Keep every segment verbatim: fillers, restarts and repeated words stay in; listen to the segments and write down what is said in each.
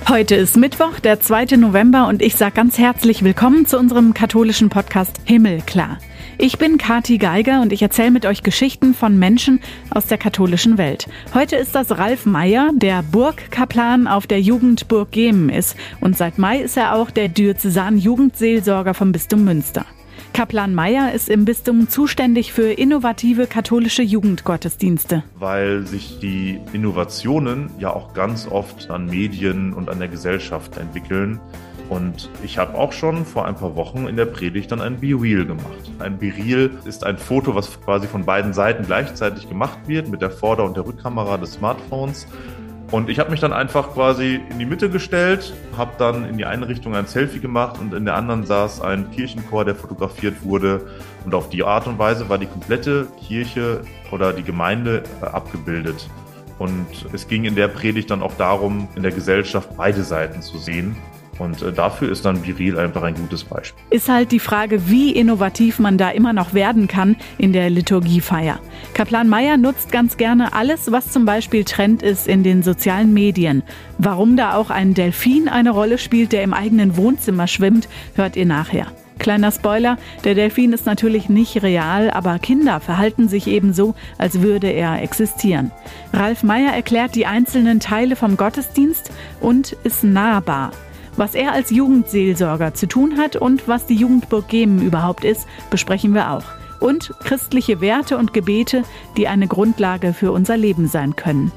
Heute ist Mittwoch, der zweite November und ich sage ganz herzlich willkommen zu unserem katholischen Podcast Himmelklar. Ich bin Kathi Geiger und ich erzähle mit euch Geschichten von Menschen aus der katholischen Welt. Heute ist das Ralf Meyer, der Burgkaplan auf der Jugendburg Gemen ist und seit Mai ist er auch der Diözesan-Jugendseelsorger vom Bistum Münster. Kaplan Meyer ist im Bistum zuständig für innovative katholische Jugendgottesdienste. Weil sich die Innovationen ja auch ganz oft an Medien und an der Gesellschaft entwickeln. Und ich habe auch schon vor ein paar Wochen in der Predigt dann ein BeReal gemacht. Ein BeReal ist ein Foto, was quasi von beiden Seiten gleichzeitig gemacht wird, mit der Vorder- und der Rückkamera des Smartphones. Und ich habe mich dann einfach quasi in die Mitte gestellt, habe dann in die eine Richtung ein Selfie gemacht und in der anderen saß ein Kirchenchor, der fotografiert wurde. Und auf die Art und Weise war die komplette Kirche oder die Gemeinde äh, abgebildet. Und es ging in der Predigt dann auch darum, in der Gesellschaft beide Seiten zu sehen. Und äh, dafür ist dann BeReal einfach ein gutes Beispiel. Ist halt die Frage, wie innovativ man da immer noch werden kann in der Liturgiefeier. Kaplan Meyer nutzt ganz gerne alles, was zum Beispiel Trend ist in den sozialen Medien. Warum da auch ein Delfin eine Rolle spielt, der im eigenen Wohnzimmer schwimmt, hört ihr nachher. Kleiner Spoiler, der Delfin ist natürlich nicht real, aber Kinder verhalten sich eben so, als würde er existieren. Ralf Meyer erklärt die einzelnen Teile vom Gottesdienst und ist nahbar. Was er als Jugendseelsorger zu tun hat und was die Jugendburg Gemen überhaupt ist, besprechen wir auch. Und christliche Werte und Gebete, die eine Grundlage für unser Leben sein können.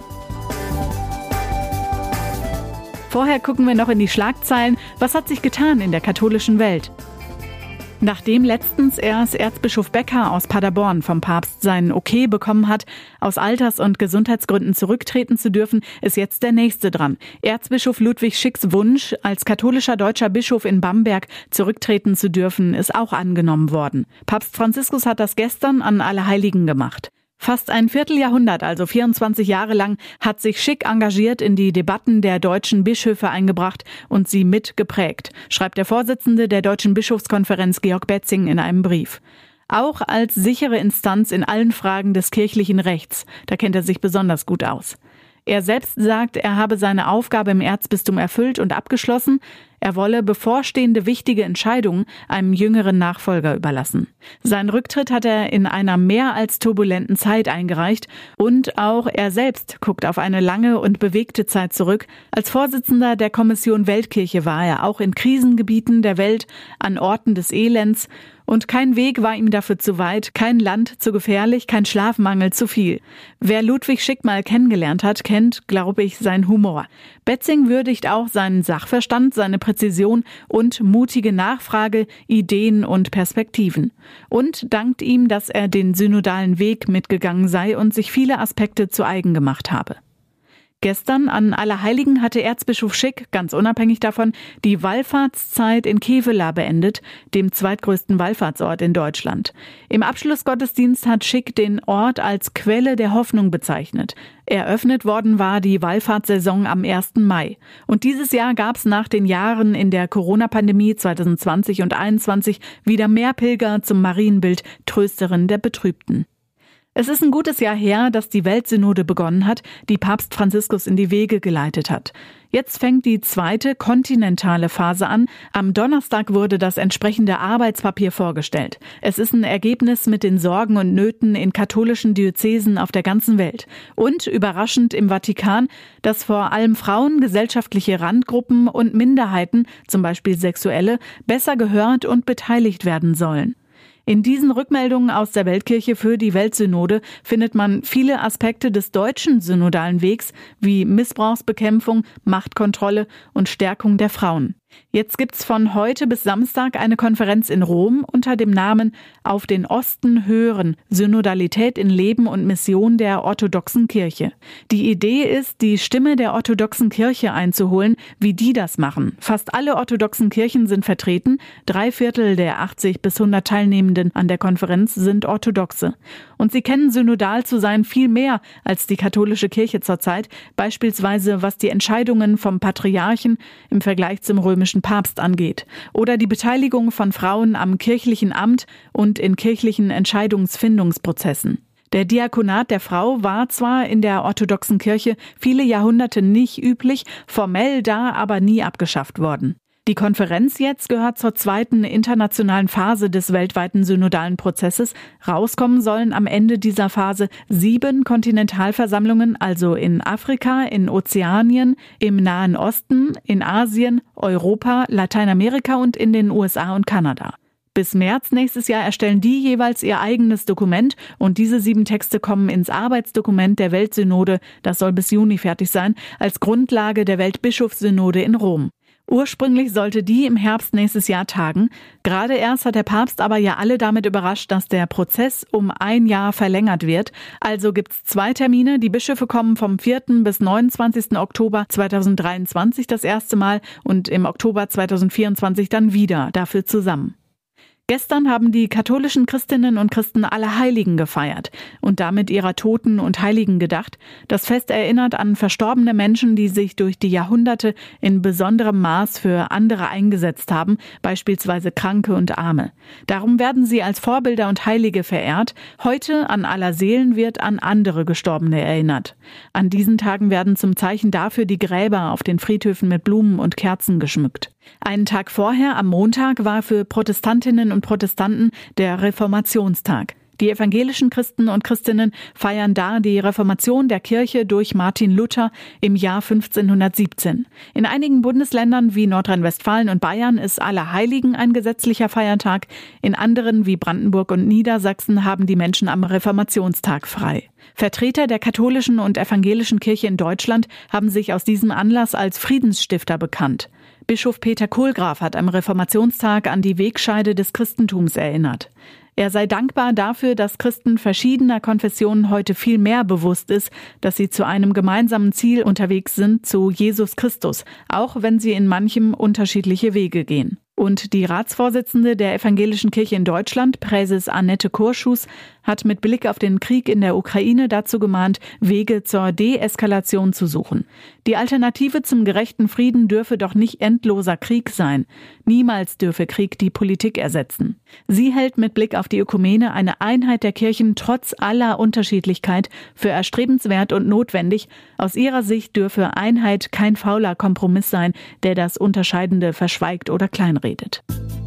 Vorher gucken wir noch in die Schlagzeilen. Was hat sich getan in der katholischen Welt? Nachdem letztens erst Erzbischof Becker aus Paderborn vom Papst sein Okay bekommen hat, aus Alters- und Gesundheitsgründen zurücktreten zu dürfen, ist jetzt der nächste dran. Erzbischof Ludwig Schicks Wunsch, als katholischer deutscher Bischof in Bamberg zurücktreten zu dürfen, ist auch angenommen worden. Papst Franziskus hat das gestern an Allerheiligen gemacht. Fast ein Vierteljahrhundert, also vierundzwanzig Jahre lang, hat sich Schick engagiert in die Debatten der deutschen Bischöfe eingebracht und sie mit geprägt, schreibt der Vorsitzende der Deutschen Bischofskonferenz Georg Betzing in einem Brief. Auch als sichere Instanz in allen Fragen des kirchlichen Rechts, da kennt er sich besonders gut aus. Er selbst sagt, er habe seine Aufgabe im Erzbistum erfüllt und abgeschlossen. Er wolle bevorstehende wichtige Entscheidungen einem jüngeren Nachfolger überlassen. Seinen Rücktritt hat er in einer mehr als turbulenten Zeit eingereicht und auch er selbst guckt auf eine lange und bewegte Zeit zurück. Als Vorsitzender der Kommission Weltkirche war er auch in Krisengebieten der Welt, an Orten des Elends. Und kein Weg war ihm dafür zu weit, kein Land zu gefährlich, kein Schlafmangel zu viel. Wer Ludwig Schick mal kennengelernt hat, kennt, glaube ich, seinen Humor. Betzing würdigt auch seinen Sachverstand, seine Präzision und mutige Nachfrage, Ideen und Perspektiven. Und dankt ihm, dass er den synodalen Weg mitgegangen sei und sich viele Aspekte zu eigen gemacht habe. Gestern an Allerheiligen hatte Erzbischof Schick, ganz unabhängig davon, die Wallfahrtszeit in Kevela beendet, dem zweitgrößten Wallfahrtsort in Deutschland. Im Abschlussgottesdienst hat Schick den Ort als Quelle der Hoffnung bezeichnet. Eröffnet worden war die Wallfahrtssaison am ersten Mai. Und dieses Jahr gab es nach den Jahren in der Corona-Pandemie zwanzig zwanzig und einundzwanzig wieder mehr Pilger zum Marienbild, Trösterin der Betrübten. Es ist ein gutes Jahr her, dass die Weltsynode begonnen hat, die Papst Franziskus in die Wege geleitet hat. Jetzt fängt die zweite kontinentale Phase an. Am Donnerstag wurde das entsprechende Arbeitspapier vorgestellt. Es ist ein Ergebnis mit den Sorgen und Nöten in katholischen Diözesen auf der ganzen Welt. Und überraschend im Vatikan, dass vor allem Frauen, gesellschaftliche Randgruppen und Minderheiten, zum Beispiel Sexuelle, besser gehört und beteiligt werden sollen. In diesen Rückmeldungen aus der Weltkirche für die Weltsynode findet man viele Aspekte des deutschen synodalen Wegs wie Missbrauchsbekämpfung, Machtkontrolle und Stärkung der Frauen. Jetzt gibt's von heute bis Samstag eine Konferenz in Rom unter dem Namen Auf den Osten hören, Synodalität in Leben und Mission der orthodoxen Kirche. Die Idee ist, die Stimme der orthodoxen Kirche einzuholen, wie die das machen. Fast alle orthodoxen Kirchen sind vertreten, drei Viertel der achtzig bis hundert Teilnehmenden an der Konferenz sind Orthodoxe. Und sie kennen synodal zu sein viel mehr als die katholische Kirche zurzeit, beispielsweise was die Entscheidungen vom Patriarchen im Vergleich zum römischen Papst angeht oder die Beteiligung von Frauen am kirchlichen Amt und in kirchlichen Entscheidungsfindungsprozessen. Der Diakonat der Frau war zwar in der orthodoxen Kirche viele Jahrhunderte nicht üblich, formell da aber nie abgeschafft worden. Die Konferenz jetzt gehört zur zweiten internationalen Phase des weltweiten synodalen Prozesses. Rauskommen sollen am Ende dieser Phase sieben Kontinentalversammlungen, also in Afrika, in Ozeanien, im Nahen Osten, in Asien, Europa, Lateinamerika und in den U S A und Kanada. Bis März nächstes Jahr erstellen die jeweils ihr eigenes Dokument und diese sieben Texte kommen ins Arbeitsdokument der Weltsynode, das soll bis Juni fertig sein, als Grundlage der Weltbischofssynode in Rom. Ursprünglich sollte die im Herbst nächstes Jahr tagen. Gerade erst hat der Papst aber ja alle damit überrascht, dass der Prozess um ein Jahr verlängert wird. Also gibt's zwei Termine. Die Bischöfe kommen vom vierten bis neunundzwanzigsten Oktober zweitausenddreiundzwanzig das erste Mal und im Oktober zweitausendvierundzwanzig dann wieder dafür zusammen. Gestern haben die katholischen Christinnen und Christen Allerheiligen gefeiert und damit ihrer Toten und Heiligen gedacht. Das Fest erinnert an verstorbene Menschen, die sich durch die Jahrhunderte in besonderem Maß für andere eingesetzt haben, beispielsweise Kranke und Arme. Darum werden sie als Vorbilder und Heilige verehrt. Heute an Allerseelen wird an andere Gestorbene erinnert. An diesen Tagen werden zum Zeichen dafür die Gräber auf den Friedhöfen mit Blumen und Kerzen geschmückt. Einen Tag vorher, am Montag, war für Protestantinnen und Protestanten der Reformationstag. Die evangelischen Christen und Christinnen feiern da die Reformation der Kirche durch Martin Luther im Jahr fünfzehnhundertsiebzehn. In einigen Bundesländern wie Nordrhein-Westfalen und Bayern ist Allerheiligen ein gesetzlicher Feiertag. In anderen wie Brandenburg und Niedersachsen haben die Menschen am Reformationstag frei. Vertreter der katholischen und evangelischen Kirche in Deutschland haben sich aus diesem Anlass als Friedensstifter bekannt. Bischof Peter Kohlgraf hat am Reformationstag an die Wegscheide des Christentums erinnert. Er sei dankbar dafür, dass Christen verschiedener Konfessionen heute viel mehr bewusst ist, dass sie zu einem gemeinsamen Ziel unterwegs sind, zu Jesus Christus, auch wenn sie in manchem unterschiedliche Wege gehen. Und die Ratsvorsitzende der Evangelischen Kirche in Deutschland, Präses Annette Kurschus, hat mit Blick auf den Krieg in der Ukraine dazu gemahnt, Wege zur Deeskalation zu suchen. Die Alternative zum gerechten Frieden dürfe doch nicht endloser Krieg sein. Niemals dürfe Krieg die Politik ersetzen. Sie hält mit Blick auf die Ökumene eine Einheit der Kirchen trotz aller Unterschiedlichkeit für erstrebenswert und notwendig. Aus ihrer Sicht dürfe Einheit kein fauler Kompromiss sein, der das Unterscheidende verschweigt oder kleinredet.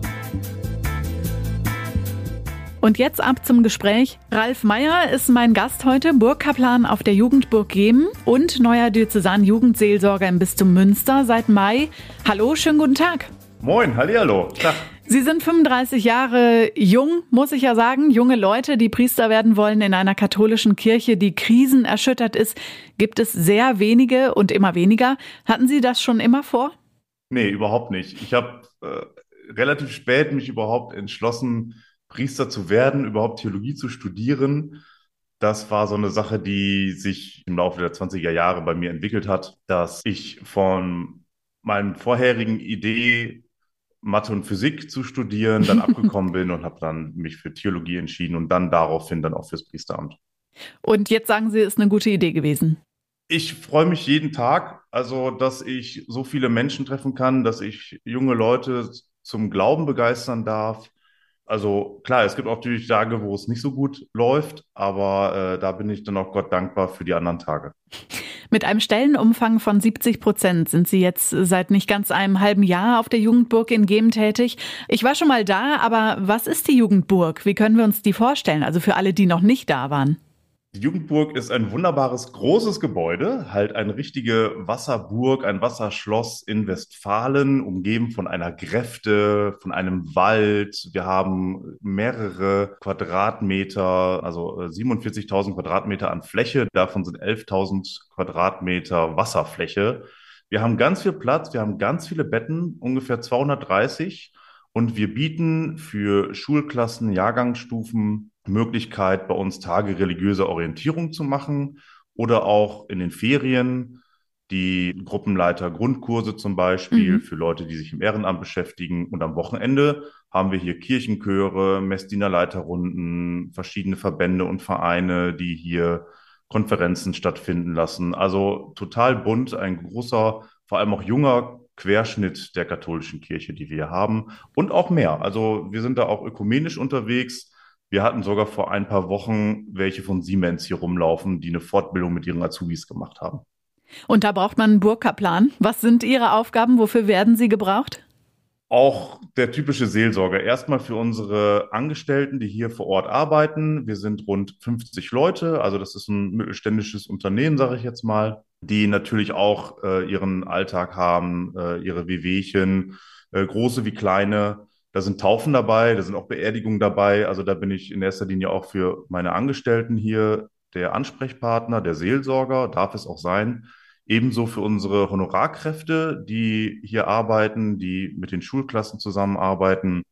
Und jetzt ab zum Gespräch. Ralf Meyer ist mein Gast heute, Burgkaplan auf der Jugendburg Gemen und neuer Diözesan-Jugendseelsorger im Bistum Münster seit Mai. Hallo, schönen guten Tag. Moin, hallihallo. Tag. Sie sind fünfunddreißig Jahre jung, muss ich ja sagen. Junge Leute, die Priester werden wollen in einer katholischen Kirche, die krisenerschüttert ist, gibt es sehr wenige und immer weniger. Hatten Sie das schon immer vor? Nee, überhaupt nicht. Ich habe äh, relativ spät mich überhaupt entschlossen, Priester zu werden, überhaupt Theologie zu studieren. Das war so eine Sache, die sich im Laufe der zwanziger Jahre bei mir entwickelt hat, dass ich von meinem vorherigen Idee, Mathe und Physik zu studieren, dann abgekommen bin und habe dann mich für Theologie entschieden und dann daraufhin dann auch fürs Priesteramt. Und jetzt sagen Sie, ist eine gute Idee gewesen. Ich freue mich jeden Tag, also dass ich so viele Menschen treffen kann, dass ich junge Leute zum Glauben begeistern darf. Also klar, es gibt auch natürlich Tage, wo es nicht so gut läuft, aber äh, da bin ich dann auch Gott dankbar für die anderen Tage. Mit einem Stellenumfang von siebzig Prozent sind Sie jetzt seit nicht ganz einem halben Jahr auf der Jugendburg in Gemen tätig. Ich war schon mal da, aber was ist die Jugendburg? Wie können wir uns die vorstellen? Also für alle, die noch nicht da waren. Die Jugendburg ist ein wunderbares, großes Gebäude, halt eine richtige Wasserburg, ein Wasserschloss in Westfalen, umgeben von einer Gräfte, von einem Wald. Wir haben mehrere Quadratmeter, also siebenundvierzigtausend Quadratmeter an Fläche, davon sind elftausend Quadratmeter Wasserfläche. Wir haben ganz viel Platz, wir haben ganz viele Betten, ungefähr zweihundertdreißig. Und wir bieten für Schulklassen, Jahrgangsstufen Möglichkeit, bei uns Tage religiöser Orientierung zu machen oder auch in den Ferien die Gruppenleiter Grundkurse zum Beispiel Mhm. für Leute, die sich im Ehrenamt beschäftigen. Und am Wochenende haben wir hier Kirchenchöre, Messdienerleiterrunden, verschiedene Verbände und Vereine, die hier Konferenzen stattfinden lassen. Also total bunt, ein großer, vor allem auch junger Querschnitt der katholischen Kirche, die wir haben und auch mehr. Also wir sind da auch ökumenisch unterwegs. Wir hatten sogar vor ein paar Wochen welche von Siemens hier rumlaufen, die eine Fortbildung mit ihren Azubis gemacht haben. Und da braucht man einen Burgkaplan. Was sind Ihre Aufgaben? Wofür werden Sie gebraucht? Auch der typische Seelsorger. Erstmal für unsere Angestellten, die hier vor Ort arbeiten. Wir sind rund fünfzig Leute, also das ist ein mittelständisches Unternehmen, sage ich jetzt mal, die natürlich auch äh, ihren Alltag haben, äh, ihre Wehwehchen, äh, große wie kleine. Da sind Taufen dabei, da sind auch Beerdigungen dabei. Also da bin ich in erster Linie auch für meine Angestellten hier der Ansprechpartner, der Seelsorger, darf es auch sein. Ebenso für unsere Honorarkräfte, die hier arbeiten, die mit den Schulklassen zusammenarbeiten.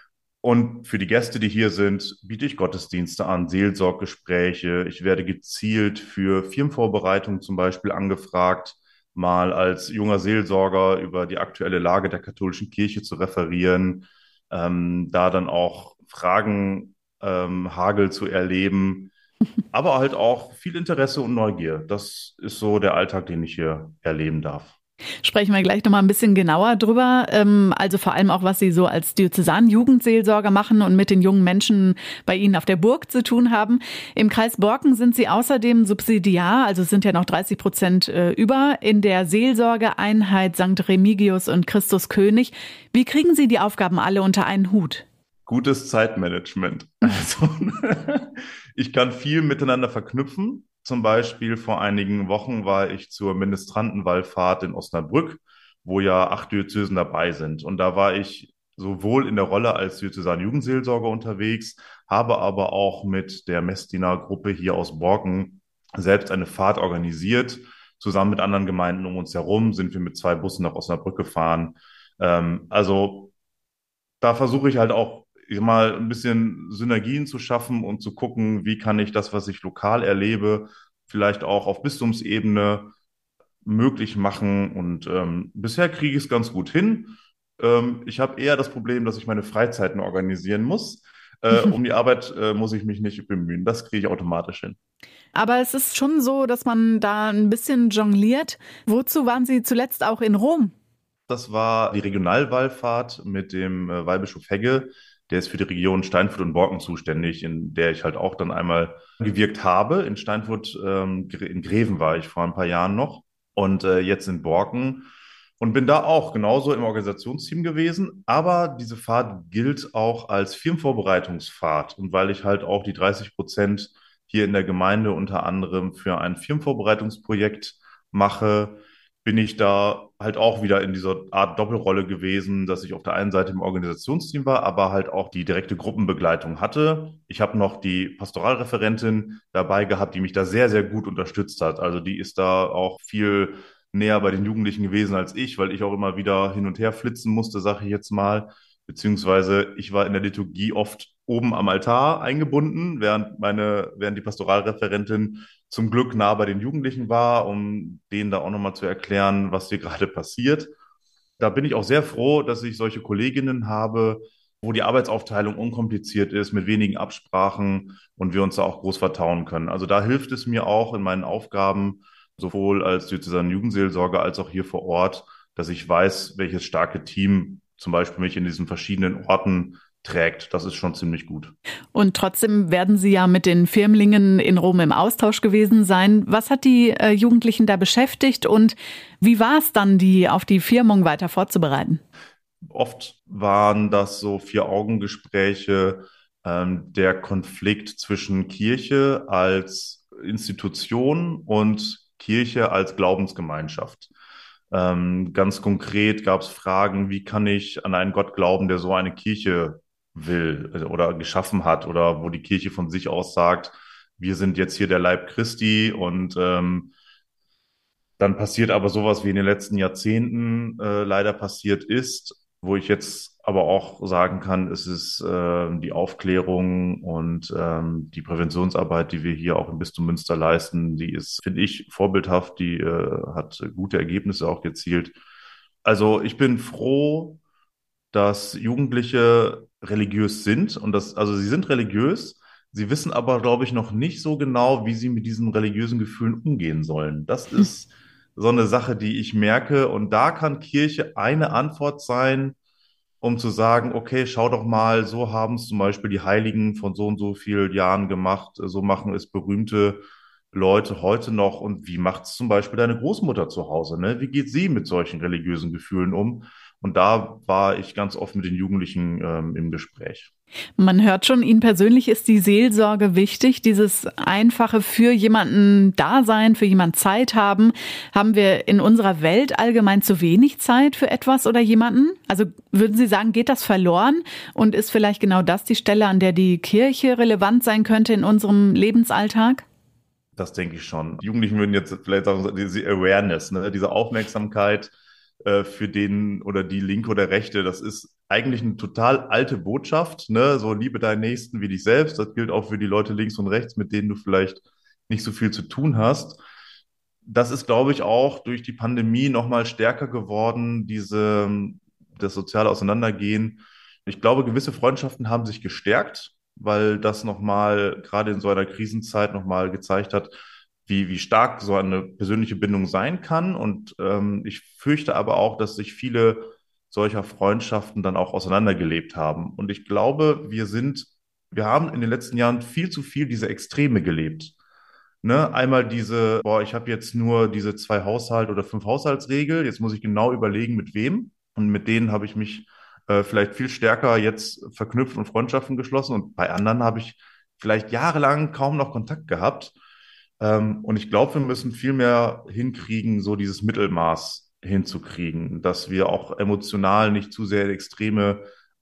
Und für die Gäste, die hier sind, biete ich Gottesdienste an, Seelsorggespräche. Ich werde gezielt für Firmenvorbereitungen zum Beispiel angefragt, mal als junger Seelsorger über die aktuelle Lage der katholischen Kirche zu referieren, ähm, da dann auch Fragen ähm, Hagel zu erleben, aber halt auch viel Interesse und Neugier. Das ist so der Alltag, den ich hier erleben darf. Sprechen wir gleich noch mal ein bisschen genauer drüber. Ähm, also vor allem auch, was Sie so als Diözesan-Jugendseelsorger machen und mit den jungen Menschen bei Ihnen auf der Burg zu tun haben. Im Kreis Borken sind Sie außerdem subsidiar, also es sind ja noch dreißig Prozent äh, über, in der Seelsorgeeinheit Sankt Remigius und Christus König. Wie kriegen Sie die Aufgaben alle unter einen Hut? Gutes Zeitmanagement. Also, ich kann viel miteinander verknüpfen. Zum Beispiel vor einigen Wochen war ich zur Ministrantenwallfahrt in Osnabrück, wo ja acht Diözesen dabei sind. Und da war ich sowohl in der Rolle als Diözesan-Jugendseelsorger unterwegs, habe aber auch mit der Messdiener-Gruppe hier aus Borken selbst eine Fahrt organisiert. Zusammen mit anderen Gemeinden um uns herum sind wir mit zwei Bussen nach Osnabrück gefahren. Ähm, also da versuche ich halt auch mal ein bisschen Synergien zu schaffen und zu gucken, wie kann ich das, was ich lokal erlebe, vielleicht auch auf Bistumsebene möglich machen. Und ähm, bisher kriege ich es ganz gut hin. Ähm, ich habe eher das Problem, dass ich meine Freizeiten organisieren muss. Äh, um die Arbeit äh, muss ich mich nicht bemühen. Das kriege ich automatisch hin. Aber es ist schon so, dass man da ein bisschen jongliert. Wozu waren Sie zuletzt auch in Rom? Das war die Regionalwallfahrt mit dem äh, Weihbischof Hegge. Der ist für die Region Steinfurt und Borken zuständig, in der ich halt auch dann einmal gewirkt habe. In Steinfurt, ähm, in Greven war ich vor ein paar Jahren noch und äh, jetzt in Borken und bin da auch genauso im Organisationsteam gewesen. Aber diese Fahrt gilt auch als Firmenvorbereitungsfahrt. Und weil ich halt auch die dreißig Prozent hier in der Gemeinde unter anderem für ein Firmenvorbereitungsprojekt mache, bin ich da halt auch wieder in dieser Art Doppelrolle gewesen, dass ich auf der einen Seite im Organisationsteam war, aber halt auch die direkte Gruppenbegleitung hatte. Ich habe noch die Pastoralreferentin dabei gehabt, die mich da sehr, sehr gut unterstützt hat. Also die ist da auch viel näher bei den Jugendlichen gewesen als ich, weil ich auch immer wieder hin und her flitzen musste, sage ich jetzt mal. Beziehungsweise ich war in der Liturgie oft oben am Altar eingebunden, während meine, während die Pastoralreferentin zum Glück nah bei den Jugendlichen war, um denen da auch nochmal zu erklären, was hier gerade passiert. Da bin ich auch sehr froh, dass ich solche Kolleginnen habe, wo die Arbeitsaufteilung unkompliziert ist, mit wenigen Absprachen und wir uns da auch groß vertrauen können. Also da hilft es mir auch in meinen Aufgaben, sowohl als Diözesan Jugendseelsorger als auch hier vor Ort, dass ich weiß, welches starke Team zum Beispiel mich in diesen verschiedenen Orten trägt. Das ist schon ziemlich gut. Und trotzdem werden Sie ja mit den Firmlingen in Rom im Austausch gewesen sein. Was hat die äh, Jugendlichen da beschäftigt und wie war es dann, die auf die Firmung weiter vorzubereiten? Oft waren das so Vier-Augen-Gespräche, ähm, der Konflikt zwischen Kirche als Institution und Kirche als Glaubensgemeinschaft. Ähm, ganz konkret gab es Fragen, wie kann ich an einen Gott glauben, der so eine Kirche will äh, oder geschaffen hat oder wo die Kirche von sich aus sagt, wir sind jetzt hier der Leib Christi und ähm, dann passiert aber sowas wie in den letzten Jahrzehnten äh, leider passiert ist, wo ich jetzt aber auch sagen kann, es ist äh, die Aufklärung und ähm, die Präventionsarbeit, die wir hier auch im Bistum Münster leisten, die ist, finde ich, vorbildhaft, die äh, hat gute Ergebnisse auch gezielt. Also ich bin froh, dass Jugendliche religiös sind und das, also sie sind religiös, sie wissen aber, glaube ich, noch nicht so genau, wie sie mit diesen religiösen Gefühlen umgehen sollen. Das ist so eine Sache, die ich merke und da kann Kirche eine Antwort sein, um zu sagen, okay, schau doch mal, so haben es zum Beispiel die Heiligen von so und so vielen Jahren gemacht, so machen es berühmte Leute heute noch und wie macht es zum Beispiel deine Großmutter zu Hause, ne? Wie geht sie mit solchen religiösen Gefühlen um? Und da war ich ganz oft mit den Jugendlichen ähm, im Gespräch. Man hört schon, Ihnen persönlich ist die Seelsorge wichtig, dieses einfache für jemanden da sein, für jemanden Zeit haben. Haben wir in unserer Welt allgemein zu wenig Zeit für etwas oder jemanden? Also würden Sie sagen, geht das verloren und ist vielleicht genau das die Stelle, an der die Kirche relevant sein könnte in unserem Lebensalltag? Das denke ich schon. Die Jugendlichen würden jetzt vielleicht sagen, diese Awareness, ne, diese Aufmerksamkeit äh, für den oder die Linke oder Rechte, das ist eigentlich eine total alte Botschaft, ne? So liebe deinen Nächsten wie dich selbst. Das gilt auch für die Leute links und rechts, mit denen du vielleicht nicht so viel zu tun hast. Das ist, glaube ich, auch durch die Pandemie noch mal stärker geworden, diese, das soziale Auseinandergehen. Ich glaube, gewisse Freundschaften haben sich gestärkt, weil das noch mal gerade in so einer Krisenzeit noch mal gezeigt hat, wie, wie stark so eine persönliche Bindung sein kann. Und ähm, ich fürchte aber auch, dass sich viele solcher Freundschaften dann auch auseinandergelebt haben. Und ich glaube, wir sind, wir haben in den letzten Jahren viel zu viel diese Extreme gelebt. Ne? Einmal diese, boah, ich habe jetzt nur diese zwei Haushalt- oder fünf Haushaltsregel, jetzt muss ich genau überlegen, mit wem. Und mit denen habe ich mich äh, vielleicht viel stärker jetzt verknüpft und Freundschaften geschlossen. Und bei anderen habe ich vielleicht jahrelang kaum noch Kontakt gehabt. Ähm, und ich glaube, wir müssen viel mehr hinkriegen, so dieses Mittelmaß hinzukriegen, dass wir auch emotional nicht zu sehr in Extreme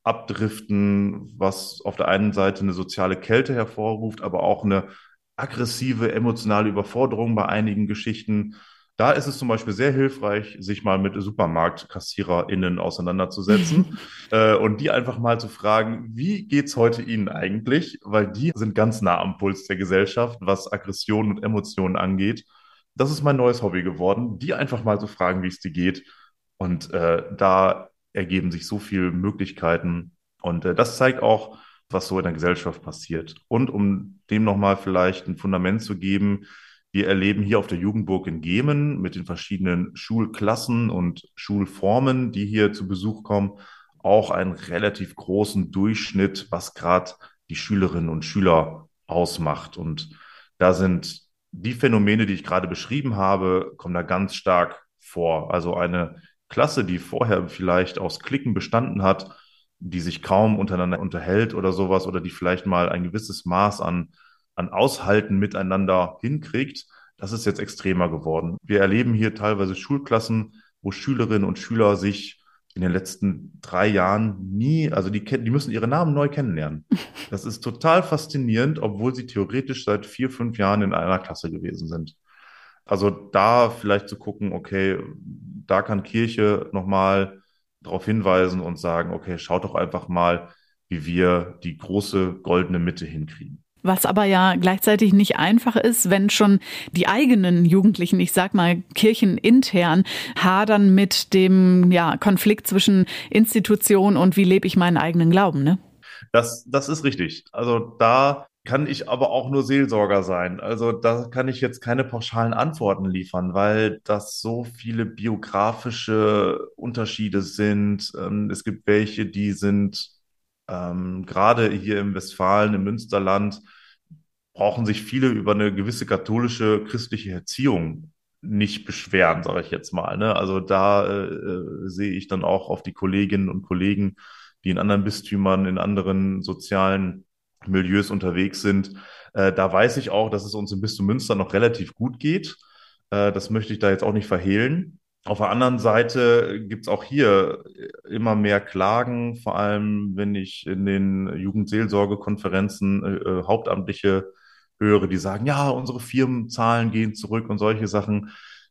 abdriften, was auf der einen Seite eine soziale Kälte hervorruft, aber auch eine aggressive emotionale Überforderung bei einigen Geschichten. Da ist es zum Beispiel sehr hilfreich, sich mal mit SupermarktkassiererInnen auseinanderzusetzen äh, und die einfach mal zu fragen, wie geht's heute Ihnen eigentlich? Weil die sind ganz nah am Puls der Gesellschaft, was Aggressionen und Emotionen angeht. Das ist mein neues Hobby geworden, die einfach mal zu fragen, wie es dir geht. Und äh, da ergeben sich so viele Möglichkeiten. Und äh, das zeigt auch, was so in der Gesellschaft passiert. Und um dem nochmal vielleicht ein Fundament zu geben, wir erleben hier auf der Jugendburg in Gemen mit den verschiedenen Schulklassen und Schulformen, die hier zu Besuch kommen, auch einen relativ großen Durchschnitt, was gerade die Schülerinnen und Schüler ausmacht. Und da sind die Phänomene, die ich gerade beschrieben habe, kommen da ganz stark vor. Also eine Klasse, die vorher vielleicht aus Cliquen bestanden hat, die sich kaum untereinander unterhält oder sowas oder die vielleicht mal ein gewisses Maß an, an Aushalten miteinander hinkriegt, das ist jetzt extremer geworden. Wir erleben hier teilweise Schulklassen, wo Schülerinnen und Schüler sich in den letzten drei Jahren nie, also die, die müssen ihre Namen neu kennenlernen. Das ist total faszinierend, obwohl sie theoretisch seit vier, fünf Jahren in einer Klasse gewesen sind. Also da vielleicht zu gucken, okay, da kann Kirche nochmal darauf hinweisen und sagen, okay, schaut doch einfach mal, wie wir die große goldene Mitte hinkriegen. Was aber ja gleichzeitig nicht einfach ist, wenn schon die eigenen Jugendlichen, ich sag mal kirchenintern, hadern mit dem ja, Konflikt zwischen Institution und wie lebe ich meinen eigenen Glauben, ne? Das, das ist richtig. Also da kann ich aber auch nur Seelsorger sein. Also da kann ich jetzt keine pauschalen Antworten liefern, weil das so viele biografische Unterschiede sind. Ähm, es gibt welche, die sind ähm, gerade hier im Westfalen, im Münsterland, brauchen sich viele über eine gewisse katholische christliche Erziehung nicht beschweren, sage ich jetzt mal. Ne? Also da äh, äh, sehe ich dann auch auf die Kolleginnen und Kollegen, die in anderen Bistümern, in anderen sozialen Milieus unterwegs sind. Äh, da weiß ich auch, dass es uns im Bistum Münster noch relativ gut geht. Äh, das möchte ich da jetzt auch nicht verhehlen. Auf der anderen Seite gibt es auch hier immer mehr Klagen, vor allem wenn ich in den Jugendseelsorgekonferenzen äh, äh, Hauptamtliche höre, die sagen, ja, unsere Firmenzahlen gehen zurück und solche Sachen.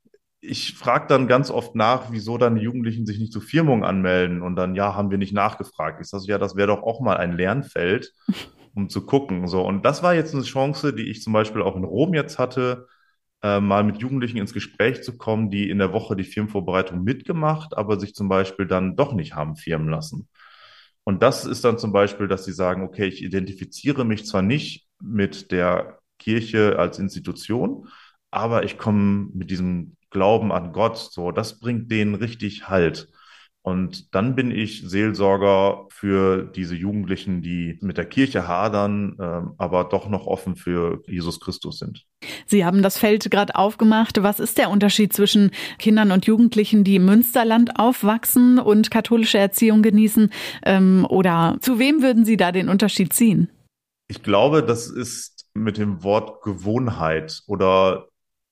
Ich frage dann ganz oft nach, wieso dann die Jugendlichen sich nicht zur Firmung anmelden und dann, ja, haben wir nicht nachgefragt. Ich sage, ja, das wäre doch auch mal ein Lernfeld, um zu gucken. So, und das war jetzt eine Chance, die ich zum Beispiel auch in Rom jetzt hatte, äh, mal mit Jugendlichen ins Gespräch zu kommen, die in der Woche die Firmenvorbereitung mitgemacht, aber sich zum Beispiel dann doch nicht haben firmen lassen. Und das ist dann zum Beispiel, dass sie sagen, okay, ich identifiziere mich zwar nicht mit der Kirche als Institution, aber ich komme mit diesem Glauben an Gott, so, das bringt denen richtig Halt. Und dann bin ich Seelsorger für diese Jugendlichen, die mit der Kirche hadern, ähm, aber doch noch offen für Jesus Christus sind. Sie haben das Feld gerade aufgemacht. Was ist der Unterschied zwischen Kindern und Jugendlichen, die im Münsterland aufwachsen und katholische Erziehung genießen? Ähm, oder zu wem würden Sie da den Unterschied ziehen? Ich glaube, das ist mit dem Wort Gewohnheit oder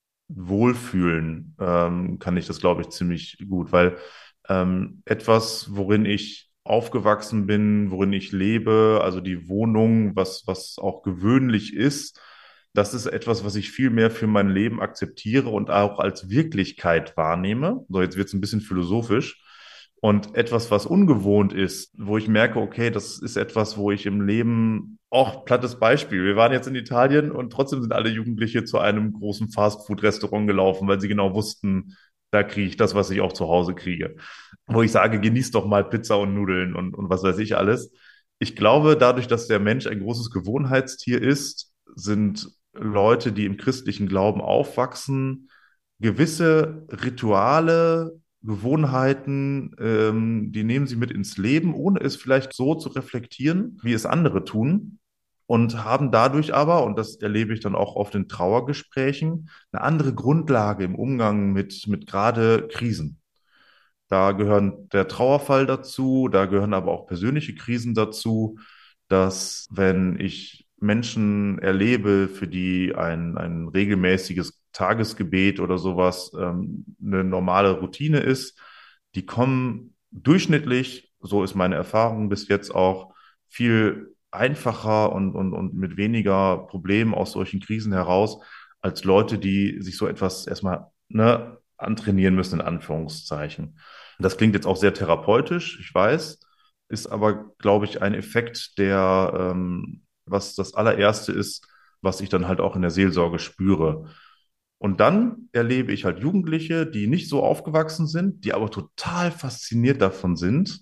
Wohlfühlen, ähm, kann ich das, glaube ich, ziemlich gut, weil ähm, etwas, worin ich aufgewachsen bin, worin ich lebe, also die Wohnung, was, was auch gewöhnlich ist, das ist etwas, was ich viel mehr für mein Leben akzeptiere und auch als Wirklichkeit wahrnehme. So, jetzt wird es ein bisschen philosophisch. Und etwas, was ungewohnt ist, wo ich merke, okay, das ist etwas, wo ich im Leben, auch plattes Beispiel. Wir waren jetzt in Italien und trotzdem sind alle Jugendliche zu einem großen Fastfood-Restaurant gelaufen, weil sie genau wussten, da kriege ich das, was ich auch zu Hause kriege. Wo ich sage, genieß doch mal Pizza und Nudeln und, und was weiß ich alles. Ich glaube, dadurch, dass der Mensch ein großes Gewohnheitstier ist, sind Leute, die im christlichen Glauben aufwachsen, gewisse Rituale, Gewohnheiten, ähm, die nehmen sie mit ins Leben, ohne es vielleicht so zu reflektieren, wie es andere tun. Und haben dadurch aber, und das erlebe ich dann auch oft in Trauergesprächen, eine andere Grundlage im Umgang mit, mit gerade Krisen. Da gehören der Trauerfall dazu, da gehören aber auch persönliche Krisen dazu, dass wenn ich Menschen erlebe, für die ein, ein regelmäßiges Tagesgebet oder sowas ähm, eine normale Routine ist, die kommen durchschnittlich, so ist meine Erfahrung bis jetzt auch, viel einfacher und, und, und mit weniger Problemen aus solchen Krisen heraus, als Leute, die sich so etwas erstmal, ne, antrainieren müssen, in Anführungszeichen. Das klingt jetzt auch sehr therapeutisch, ich weiß, ist aber, glaube ich, ein Effekt, der, ähm, was das allererste ist, was ich dann halt auch in der Seelsorge spüre. Und dann erlebe ich halt Jugendliche, die nicht so aufgewachsen sind, die aber total fasziniert davon sind,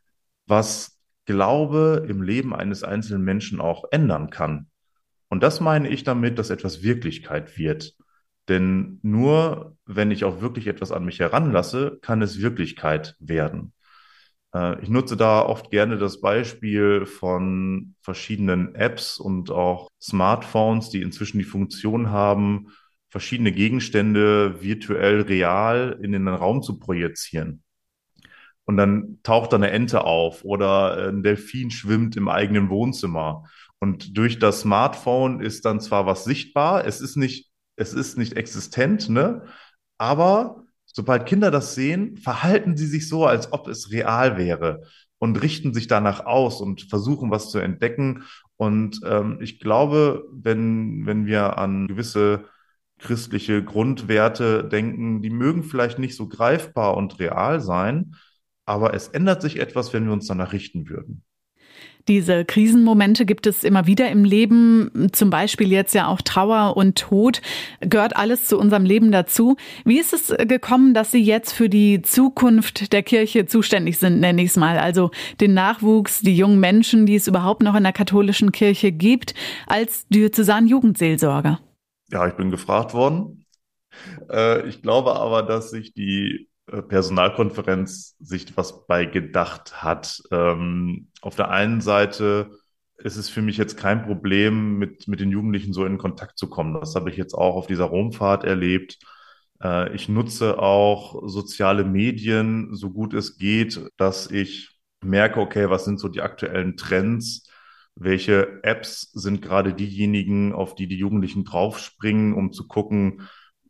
was Glaube im Leben eines einzelnen Menschen auch ändern kann. Und das meine ich damit, dass etwas Wirklichkeit wird. Denn nur wenn ich auch wirklich etwas an mich heranlasse, kann es Wirklichkeit werden. Äh, ich nutze da oft gerne das Beispiel von verschiedenen Apps und auch Smartphones, die inzwischen die Funktion haben, verschiedene Gegenstände virtuell real in den Raum zu projizieren. Und dann taucht da eine Ente auf oder ein Delfin schwimmt im eigenen Wohnzimmer. Und durch das Smartphone ist dann zwar was sichtbar, es ist nicht, es ist nicht existent, ne? Aber sobald Kinder das sehen, verhalten sie sich so, als ob es real wäre und richten sich danach aus und versuchen, was zu entdecken. Und ähm, ich glaube, wenn, wenn wir an gewisse christliche Grundwerte denken, die mögen vielleicht nicht so greifbar und real sein, aber es ändert sich etwas, wenn wir uns danach richten würden. Diese Krisenmomente gibt es immer wieder im Leben, zum Beispiel jetzt ja auch Trauer und Tod, gehört alles zu unserem Leben dazu. Wie ist es gekommen, dass Sie jetzt für die Zukunft der Kirche zuständig sind, nenne ich es mal, also den Nachwuchs, die jungen Menschen, die es überhaupt noch in der katholischen Kirche gibt, als Diözesan-Jugendseelsorger? Ja, ich bin gefragt worden. Äh, ich glaube aber, dass sich die äh, Personalkonferenz sich was bei gedacht hat. Ähm, auf der einen Seite ist es für mich jetzt kein Problem, mit, mit den Jugendlichen so in Kontakt zu kommen. Das habe ich jetzt auch auf dieser Romfahrt erlebt. Äh, ich nutze auch soziale Medien, so gut es geht, dass ich merke, okay, was sind so die aktuellen Trends? Welche Apps sind gerade diejenigen, auf die die Jugendlichen draufspringen, um zu gucken,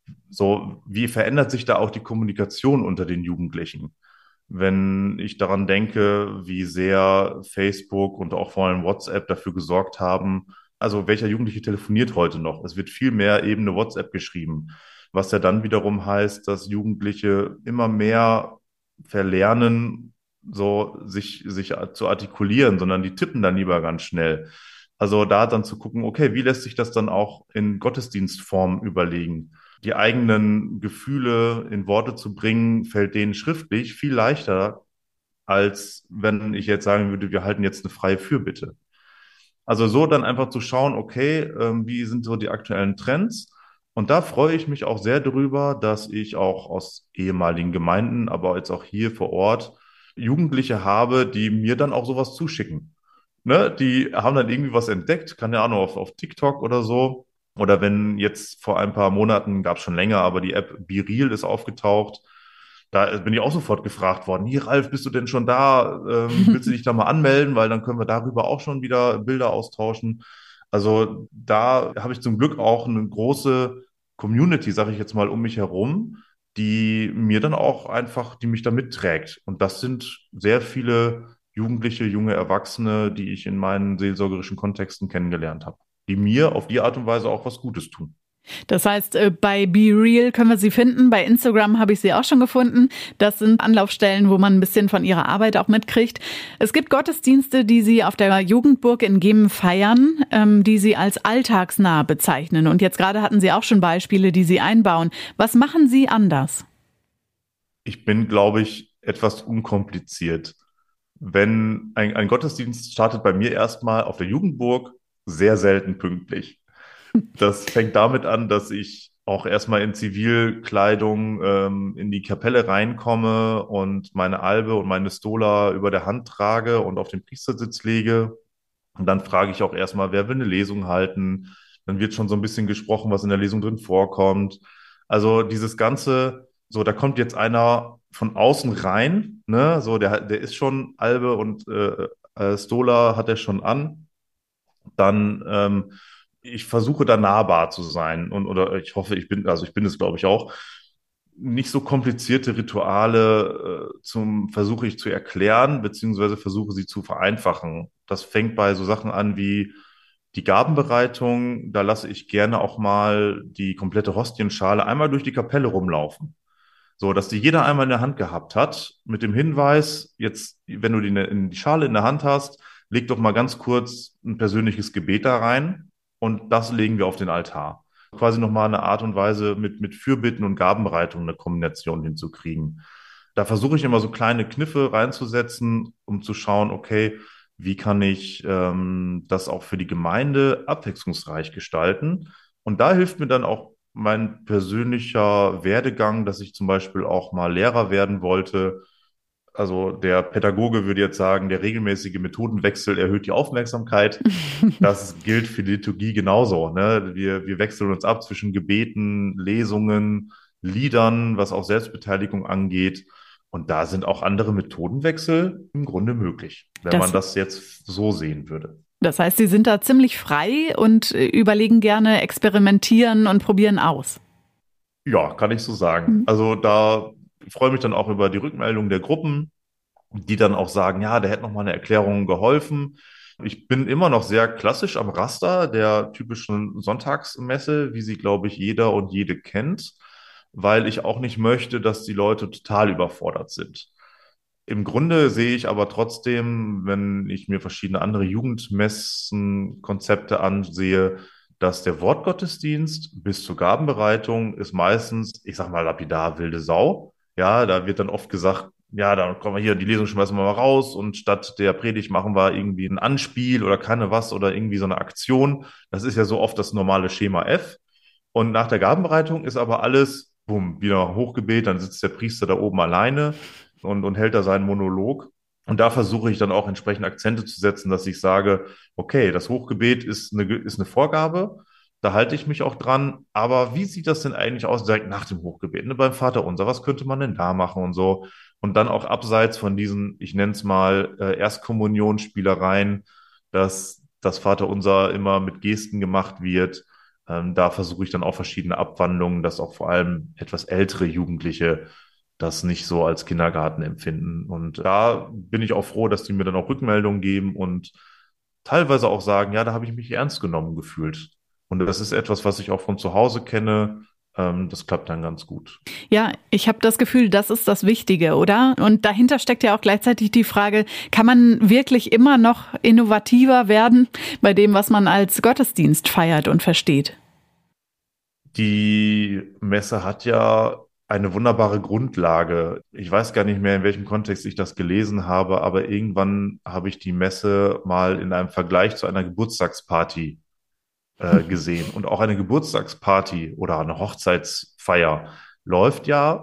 so, wie verändert sich da auch die Kommunikation unter den Jugendlichen? Wenn ich daran denke, wie sehr Facebook und auch vor allem WhatsApp dafür gesorgt haben, also welcher Jugendliche telefoniert heute noch? Es wird viel mehr eben eine WhatsApp geschrieben, was ja dann wiederum heißt, dass Jugendliche immer mehr verlernen, so sich, sich zu artikulieren, sondern die tippen dann lieber ganz schnell. Also da dann zu gucken, okay, wie lässt sich das dann auch in Gottesdienstform überlegen? Die eigenen Gefühle in Worte zu bringen, fällt denen schriftlich viel leichter, als wenn ich jetzt sagen würde, wir halten jetzt eine freie Fürbitte. Also so dann einfach zu schauen, okay, ähm, wie sind so die aktuellen Trends? Und da freue ich mich auch sehr darüber, dass ich auch aus ehemaligen Gemeinden, aber jetzt auch hier vor Ort, Jugendliche habe, die mir dann auch sowas zuschicken. Ne? Die haben dann irgendwie was entdeckt, keine Ahnung, auf, auf TikTok oder so. Oder wenn jetzt vor ein paar Monaten, gab es schon länger, aber die App BeReal ist aufgetaucht. Da bin ich auch sofort gefragt worden, hier Ralf, bist du denn schon da? Ähm, willst du dich da mal anmelden? Weil dann können wir darüber auch schon wieder Bilder austauschen. Also da habe ich zum Glück auch eine große Community, sage ich jetzt mal, um mich herum, die mir dann auch einfach, die mich da mitträgt. Und das sind sehr viele Jugendliche, junge Erwachsene, die ich in meinen seelsorgerischen Kontexten kennengelernt habe, die mir auf die Art und Weise auch was Gutes tun. Das heißt, äh, bei BeReal können wir sie finden. Bei Instagram habe ich sie auch schon gefunden. Das sind Anlaufstellen, wo man ein bisschen von ihrer Arbeit auch mitkriegt. Es gibt Gottesdienste, die sie auf der Jugendburg in Gemen feiern, ähm, die sie als alltagsnah bezeichnen. Und jetzt gerade hatten Sie auch schon Beispiele, die Sie einbauen. Was machen Sie anders? Ich bin, glaube ich, etwas unkompliziert. Wenn ein, ein Gottesdienst startet bei mir erstmal auf der Jugendburg sehr selten pünktlich. Das fängt damit an, dass ich auch erstmal in Zivilkleidung ähm, in die Kapelle reinkomme und meine Albe und meine Stola über der Hand trage und auf den Priestersitz lege. Und dann frage ich auch erstmal, wer will eine Lesung halten? Dann wird schon so ein bisschen gesprochen, was in der Lesung drin vorkommt. Also dieses Ganze, so, da kommt jetzt einer von außen rein, ne? So, der, der ist schon Albe und äh, äh, Stola hat er schon an. Dann ähm, ich versuche da nahbar zu sein und oder ich hoffe, ich bin, also ich bin es, glaube ich, auch. Nicht so komplizierte Rituale äh, zum versuche ich zu erklären, beziehungsweise versuche sie zu vereinfachen. Das fängt bei so Sachen an wie die Gabenbereitung. Da lasse ich gerne auch mal die komplette Hostienschale einmal durch die Kapelle rumlaufen. So, dass die jeder einmal in der Hand gehabt hat, mit dem Hinweis, jetzt, wenn du die, in die Schale in der Hand hast, leg doch mal ganz kurz ein persönliches Gebet da rein und das legen wir auf den Altar. Quasi nochmal eine Art und Weise mit, mit Fürbitten und Gabenbereitung eine Kombination hinzukriegen. Da versuche ich immer so kleine Kniffe reinzusetzen, um zu schauen, okay, wie kann ich ähm, das auch für die Gemeinde abwechslungsreich gestalten? Und da hilft mir dann auch mein persönlicher Werdegang, dass ich zum Beispiel auch mal Lehrer werden wollte. Also der Pädagoge würde jetzt sagen, der regelmäßige Methodenwechsel erhöht die Aufmerksamkeit. Das gilt für die Liturgie genauso. Ne? Wir, wir wechseln uns ab zwischen Gebeten, Lesungen, Liedern, was auch Selbstbeteiligung angeht. Und da sind auch andere Methodenwechsel im Grunde möglich, wenn man Das, das jetzt so sehen würde. das heißt, Sie sind da ziemlich frei und äh, überlegen gerne, experimentieren und probieren aus. Ja, kann ich so sagen. Mhm. Also da freue ich mich dann auch über die Rückmeldung der Gruppen, die dann auch sagen, ja, der hätte noch mal eine Erklärung geholfen. Ich bin immer noch sehr klassisch am Raster der typischen Sonntagsmesse, wie sie, glaube ich, jeder und jede kennt, weil ich auch nicht möchte, dass die Leute total überfordert sind. Im Grunde sehe ich aber trotzdem, wenn ich mir verschiedene andere Jugendmessen-Konzepte ansehe, dass der Wortgottesdienst bis zur Gabenbereitung ist meistens, ich sag mal lapidar, wilde Sau. Ja, da wird dann oft gesagt, ja, dann kommen wir hier, die Lesung schmeißen wir mal raus und statt der Predigt machen wir irgendwie ein Anspiel oder keine was oder irgendwie so eine Aktion. Das ist ja so oft das normale Schema F. Und nach der Gabenbereitung ist aber alles, bumm, wieder Hochgebet, dann sitzt der Priester da oben alleine und, und hält da seinen Monolog. Und da versuche ich dann auch entsprechend Akzente zu setzen, dass ich sage, okay, das Hochgebet ist eine, ist eine Vorgabe, da halte ich mich auch dran. Aber wie sieht das denn eigentlich aus direkt nach dem Hochgebet, ne, beim Vaterunser? Was könnte man denn da machen und so? Und dann auch abseits von diesen, ich nenne es mal, äh, Erstkommunionsspielereien, dass das Vaterunser immer mit Gesten gemacht wird. Ähm, da versuche ich dann auch verschiedene Abwandlungen, dass auch vor allem etwas ältere Jugendliche das nicht so als Kindergarten empfinden. Und da bin ich auch froh, dass die mir dann auch Rückmeldungen geben und teilweise auch sagen, ja, da habe ich mich ernst genommen gefühlt. Und das ist etwas, was ich auch von zu Hause kenne. Ähm, das klappt dann ganz gut. Ja, ich habe das Gefühl, das ist das Wichtige, oder? Und dahinter steckt ja auch gleichzeitig die Frage, kann man wirklich immer noch innovativer werden bei dem, was man als Gottesdienst feiert und versteht? Die Messe hat ja eine wunderbare Grundlage. Ich weiß gar nicht mehr, in welchem Kontext ich das gelesen habe, aber irgendwann habe ich die Messe mal in einem Vergleich zu einer Geburtstagsparty äh, gesehen. Und auch eine Geburtstagsparty oder eine Hochzeitsfeier läuft ja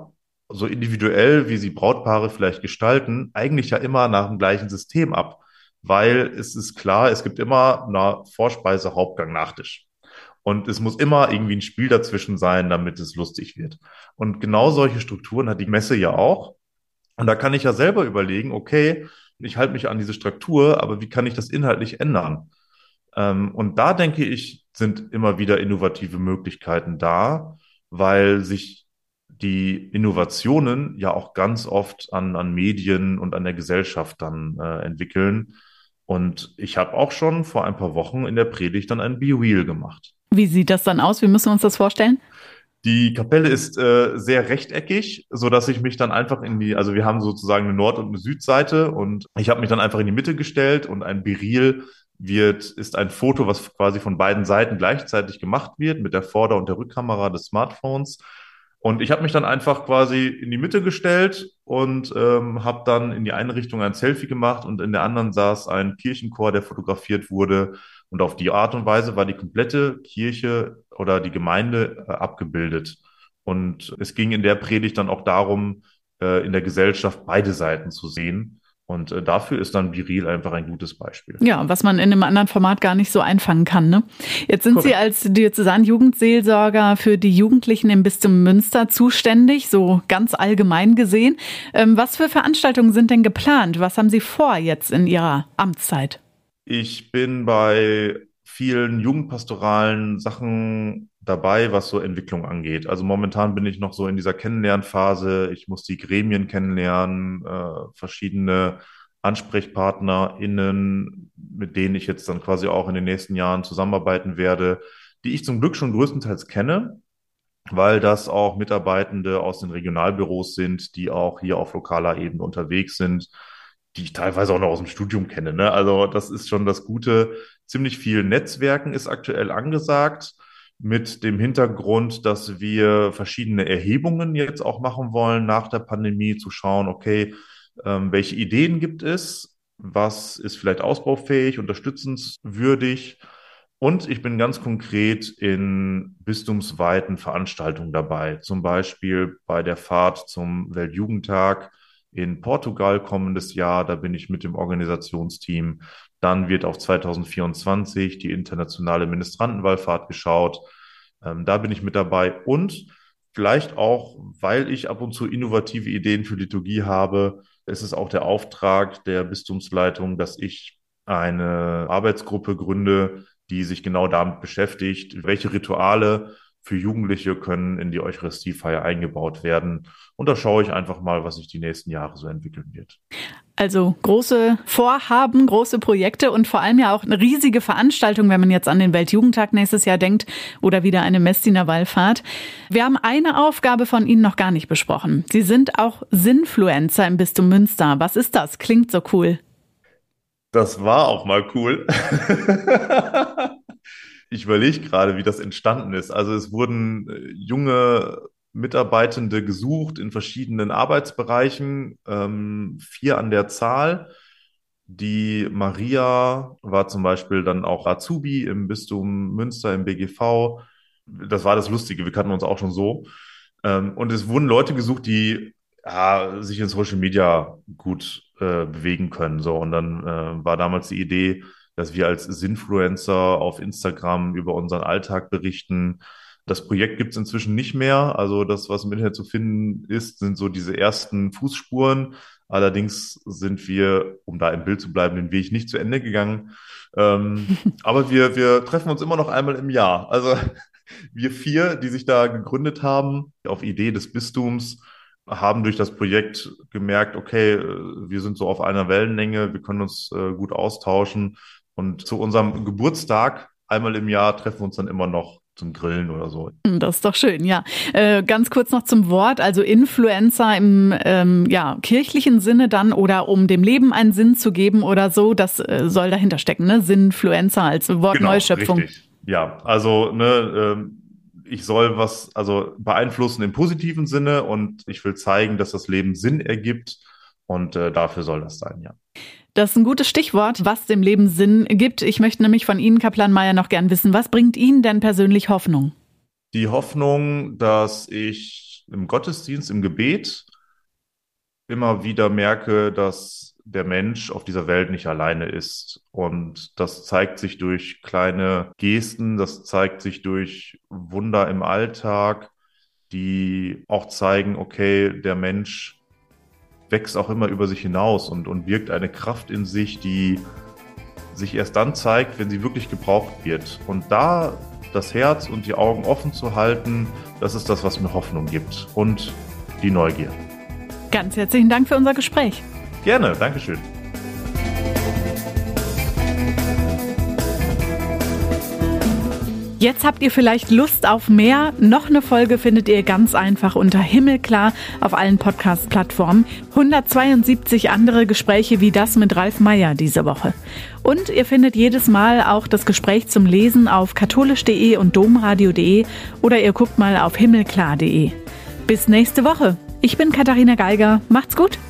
so individuell, wie sie Brautpaare vielleicht gestalten, eigentlich ja immer nach dem gleichen System ab. Weil es ist klar, es gibt immer eine Vorspeise, Hauptgang, Nachtisch. Und es muss immer irgendwie ein Spiel dazwischen sein, damit es lustig wird. Und genau solche Strukturen hat die Messe ja auch. Und da kann ich ja selber überlegen, okay, ich halte mich an diese Struktur, aber wie kann ich das inhaltlich ändern? Ähm, und da denke ich, sind immer wieder innovative Möglichkeiten da, weil sich die Innovationen ja auch ganz oft an, an Medien und an der Gesellschaft dann äh, entwickeln. Und ich habe auch schon vor ein paar Wochen in der Predigt dann ein Be Real gemacht. Wie sieht das dann aus? Wie müssen wir uns das vorstellen? Die Kapelle ist äh, sehr rechteckig, so dass ich mich dann einfach in die, also wir haben sozusagen eine Nord- und eine Südseite und ich habe mich dann einfach in die Mitte gestellt und ein Beril wird, ist ein Foto, was quasi von beiden Seiten gleichzeitig gemacht wird mit der Vorder- und der Rückkamera des Smartphones. Und ich habe mich dann einfach quasi in die Mitte gestellt und ähm, habe dann in die eine Richtung ein Selfie gemacht und in der anderen saß ein Kirchenchor, der fotografiert wurde. Und auf die Art und Weise war die komplette Kirche oder die Gemeinde äh, abgebildet. Und es ging in der Predigt dann auch darum, äh, in der Gesellschaft beide Seiten zu sehen. Und äh, dafür ist dann Biril einfach ein gutes Beispiel. Ja, was man in einem anderen Format gar nicht so einfangen kann, ne? Jetzt sind Korrekt. Sie als Diözesan-Jugendseelsorger für die Jugendlichen im Bistum Münster zuständig, so ganz allgemein gesehen. Ähm, was für Veranstaltungen sind denn geplant? Was haben Sie vor jetzt in Ihrer Amtszeit? Ich bin bei vielen jugendpastoralen Sachen dabei, was so Entwicklung angeht. Also momentan bin ich noch so in dieser Kennenlernphase. Ich muss die Gremien kennenlernen, äh, verschiedene AnsprechpartnerInnen, mit denen ich jetzt dann quasi auch in den nächsten Jahren zusammenarbeiten werde, die ich zum Glück schon größtenteils kenne, weil das auch Mitarbeitende aus den Regionalbüros sind, die auch hier auf lokaler Ebene unterwegs sind, die ich teilweise auch noch aus dem Studium kenne. Ne? Also das ist schon das Gute. Ziemlich viel Netzwerken ist aktuell angesagt, mit dem Hintergrund, dass wir verschiedene Erhebungen jetzt auch machen wollen nach der Pandemie, zu schauen, okay, ähm, welche Ideen gibt es, was ist vielleicht ausbaufähig, unterstützenswürdig. Und ich bin ganz konkret in bistumsweiten Veranstaltungen dabei, zum Beispiel bei der Fahrt zum Weltjugendtag in Portugal kommendes Jahr. Da bin ich mit dem Organisationsteam. Dann wird auf zwanzig vierundzwanzig die internationale Ministrantenwallfahrt geschaut. Ähm, da bin ich mit dabei und vielleicht auch, weil ich ab und zu innovative Ideen für Liturgie habe, ist es auch der Auftrag der Bistumsleitung, dass ich eine Arbeitsgruppe gründe, die sich genau damit beschäftigt, welche Rituale für Jugendliche können in die Eucharistiefeier eingebaut werden. Und da schaue ich einfach mal, was sich die nächsten Jahre so entwickeln wird. Also große Vorhaben, große Projekte und vor allem ja auch eine riesige Veranstaltung, wenn man jetzt an den Weltjugendtag nächstes Jahr denkt oder wieder eine Messdiener Wallfahrt. Wir haben eine Aufgabe von Ihnen noch gar nicht besprochen. Sie sind auch Sinfluencer im Bistum Münster. Was ist das? Klingt so cool. Das war auch mal cool. Ich überlege gerade, wie das entstanden ist. Also es wurden äh, junge Mitarbeitende gesucht in verschiedenen Arbeitsbereichen, ähm, vier an der Zahl. Die Maria war zum Beispiel dann auch Azubi im Bistum Münster im B G V. Das war das Lustige, wir kannten uns auch schon so. Ähm, und es wurden Leute gesucht, die ja, sich in Social Media gut äh, bewegen können. So. Und dann äh, war damals die Idee, dass wir als Sinfluencer auf Instagram über unseren Alltag berichten. Das Projekt gibt es inzwischen nicht mehr. Also das, was im Internet zu finden ist, sind so diese ersten Fußspuren. Allerdings sind wir, um da im Bild zu bleiben, den Weg nicht zu Ende gegangen. Ähm, aber wir, wir treffen uns immer noch einmal im Jahr. Also wir vier, die sich da gegründet haben, auf Idee des Bistums, haben durch das Projekt gemerkt, okay, wir sind so auf einer Wellenlänge, wir können uns äh, gut austauschen. Und zu unserem Geburtstag einmal im Jahr treffen wir uns dann immer noch zum Grillen oder so. Das ist doch schön, ja. Äh, ganz kurz noch zum Wort, also Influencer im ähm, ja, kirchlichen Sinne dann oder um dem Leben einen Sinn zu geben oder so, das äh, soll dahinter stecken, ne? Sinfluencer als Wort Genau, Neuschöpfung. richtig. Ja, also ne, ähm, ich soll was also beeinflussen im positiven Sinne und ich will zeigen, dass das Leben Sinn ergibt und äh, dafür soll das sein, ja. Das ist ein gutes Stichwort, was dem Leben Sinn gibt. Ich möchte nämlich von Ihnen, Kaplan Meier, noch gern wissen, was bringt Ihnen denn persönlich Hoffnung? Die Hoffnung, dass ich im Gottesdienst, im Gebet immer wieder merke, dass der Mensch auf dieser Welt nicht alleine ist. Und das zeigt sich durch kleine Gesten, das zeigt sich durch Wunder im Alltag, die auch zeigen, okay, der Mensch wächst auch immer über sich hinaus und, und wirkt eine Kraft in sich, die sich erst dann zeigt, wenn sie wirklich gebraucht wird. Und da das Herz und die Augen offen zu halten, das ist das, was mir Hoffnung gibt und die Neugier. Ganz herzlichen Dank für unser Gespräch. Gerne, Dankeschön. Jetzt habt ihr vielleicht Lust auf mehr. Noch eine Folge findet ihr ganz einfach unter Himmelklar auf allen Podcast-Plattformen. hundertzweiundsiebzig andere Gespräche wie das mit Ralf Meyer diese Woche. Und ihr findet jedes Mal auch das Gespräch zum Lesen auf katholisch punkt de und domradio punkt de oder ihr guckt mal auf himmelklar punkt de. Bis nächste Woche. Ich bin Katharina Geiger. Macht's gut.